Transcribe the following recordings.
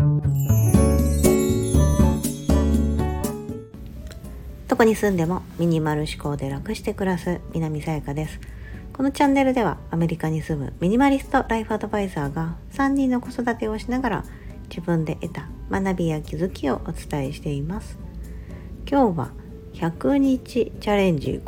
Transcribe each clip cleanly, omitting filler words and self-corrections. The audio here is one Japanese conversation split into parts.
どこに住んでもミニマル思考で楽して暮らす南さやかです。このチャンネルではアメリカに住むミニマリストライフアドバイザーが3人の子育てをしながら自分で得た学びや気づきをお伝えしています。今日は100日チャレンジ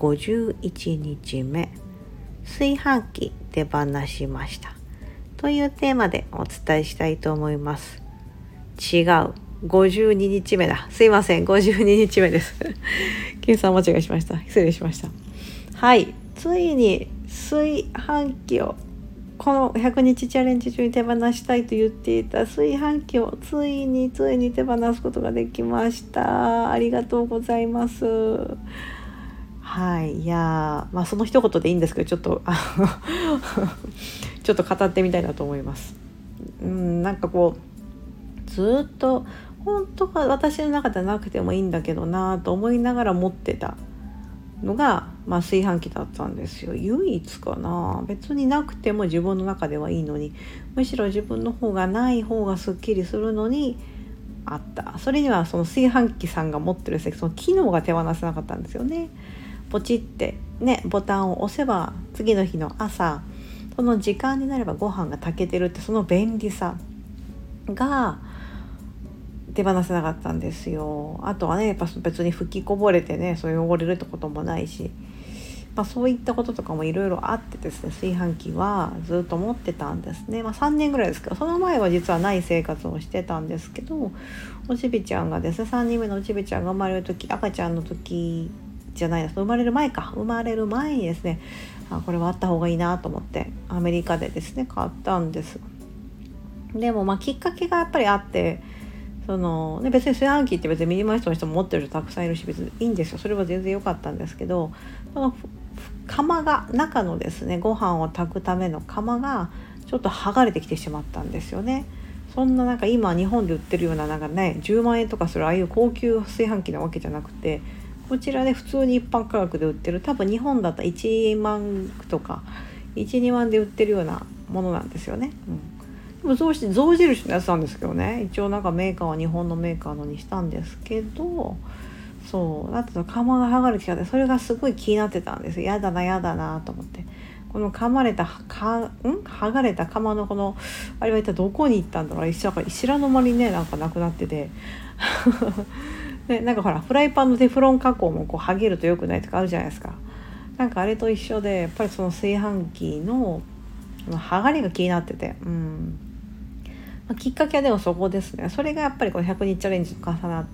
51日目、炊飯器手放しましたというテーマでお伝えしたいと思います。違う、52日目だ。すいません、52日目です計算間違いしました。失礼しました。はい、ついに炊飯器を、この100日チャレンジ中に手放したいと言っていた炊飯器をついに手放すことができました。ありがとうございます。はい、いやその一言でいいんですけど、ちょっとちょっと語ってみたいなと思います。なんかこうずっと本当は私の中ではなくてもいいんだけどなと思いながら持ってたのが、炊飯器だったんですよ。唯一かな。別になくても自分の中ではいいのに、むしろ自分の方がない方がすっきりするのにあった。それにはその炊飯器さんが持ってるその機能が手放せなかったんですよね。ポチってね、ボタンを押せば次の日の朝その時間になればご飯が炊けてるって、その便利さが手放せなかったんですよ。あとはね、やっぱ別に吹きこぼれてね、そう汚れるってこともないし、そういったこととかもいろいろあってですね、炊飯器はずっと持ってたんですね。3年ぐらいですけど、その前は実はない生活をしてたんですけど、おちびちゃんがですね、3人目のおちびちゃんが生まれる時、赤ちゃんの時じゃないです、生まれる前にですね、これはあった方がいいなと思ってアメリカでですね買ったんです。でもきっかけがやっぱりあって、別に炊飯器って別にミニマリストの人も持ってる人たくさんいるし、別にいいんですよ。それは全然良かったんですけど、その釜が、中のですねご飯を炊くための釜がちょっと剥がれてきてしまったんですよね。そんな今日本で売ってるような10万円とかするああいう高級炊飯器なわけじゃなくて、こちらで普通に一般価格で売ってる、多分日本だったら1万とか 1,2 万で売ってるようなものなんですよね。象印のやつなんですけどね、一応メーカーは日本のメーカーのにしたんですけど、そうだと釜が剥がれてきて、それがすごい気になってたんです。やだなと思って、この剥がれた釜のあれは一体どこに行ったんだろう。知らぬ間にねなくなっててでほらフライパンのテフロン加工も剥げると良くないとかあるじゃないですか。あれと一緒で、やっぱりその炊飯器の剥がれが気になってて、きっかけはでもそこですね。それがやっぱりこの100日チャレンジと重なって、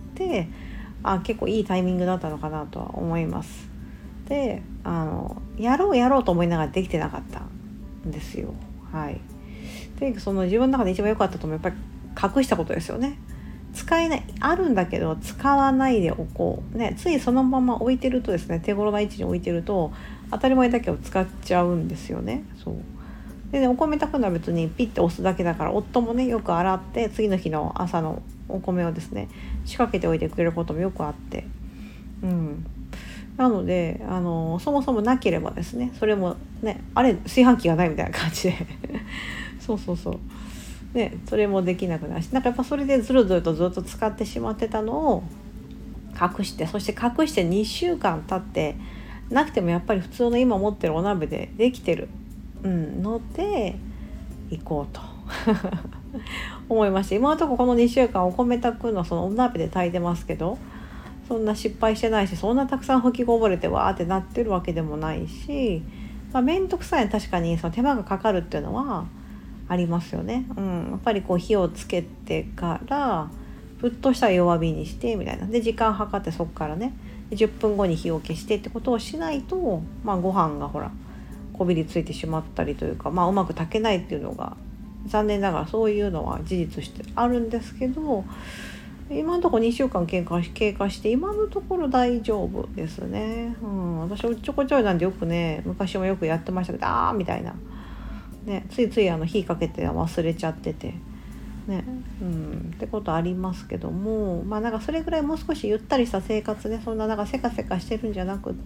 結構いいタイミングだったのかなとは思います。で、やろうと思いながらできてなかったんですよ。はい。で、その自分の中で一番良かったと思う、やっぱり隠したことですよね。使えない、あるんだけど使わないでおこうね。ついそのまま置いてるとですね、手頃な位置に置いてると当たり前だけを使っちゃうんですよね。そうで、お米炊くのは別にピッて押すだけだから、夫もねよく洗って次の日の朝のお米をですね仕掛けておいてくれることもよくあって、なのでそもそもなければですね、それもね、炊飯器がないみたいな感じでそうね、それもできなくなるし、やっぱそれでずっと使ってしまってたのを隠して、そして隠して2週間経ってなくてもやっぱり普通の今持ってるお鍋でできてるので行こうと思いました。今のところこの2週間お米炊くのそのお鍋で炊いてますけど、そんな失敗してないし、そんなたくさん吹きこぼれてわーってなってるわけでもないし、めんどくさい、確かにその手間がかかるっていうのはありますよね。やっぱり火をつけてから沸騰したら弱火にしてみたいなで、時間計ってそこからね10分後に火を消してってことをしないと、ご飯がこびりついてしまったりというか、うまく炊けないっていうのが残念ながらそういうのは事実としてあるんですけど、今のところ2週間経過して今のところ大丈夫ですね。私おっちょこちょいなんでよくね、昔もよくやってましたけど、みたいなね、つい火かけて忘れちゃっててね、ってことありますけども、それぐらいもう少しゆったりした生活で、そんなせかせかしてるんじゃなくって、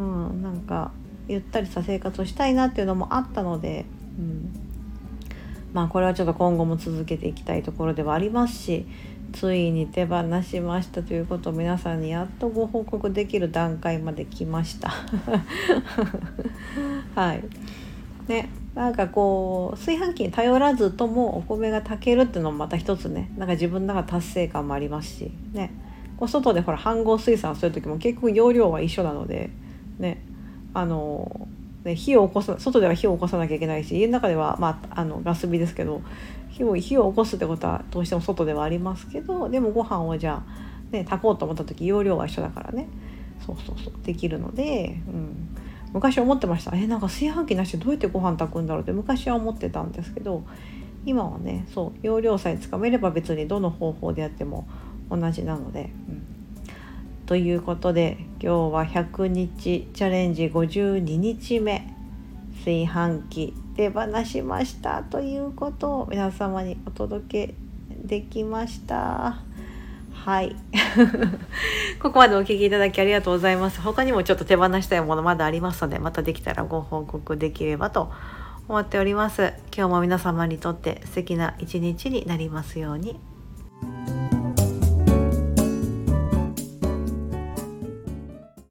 ゆったりした生活をしたいなっていうのもあったので、 これはちょっと今後も続けていきたいところではありますし、ついに手放しましたということを皆さんにやっとご報告できる段階まで来ましたはいね、なんかこう炊飯器に頼らずともお米が炊けるっていうのもまた一つね、なんか自分の中達成感もありますしね、こう外でほら飯盒炊飯する時も結局容量は一緒なのでね、火を起こす、外では火を起こさなきゃいけないし、家の中では、ガス火ですけど火を起こすってことはどうしても外ではありますけど、でもご飯をじゃあ、ね、炊こうと思った時容量は一緒だからね、そうできるので、昔思ってました。なんか炊飯器なしでどうやってご飯炊くんだろうって昔は思ってたんですけど、今はね、容量さえつかめれば別にどの方法でやっても同じなので、ということで今日は100日チャレンジ52日目、炊飯器手放しましたということを皆様にお届けできました。はいここまでお聞きいただきありがとうございます。他にもちょっと手放したいものまだありますので、またできたらご報告できればと思っております。今日も皆様にとって素敵な一日になりますように。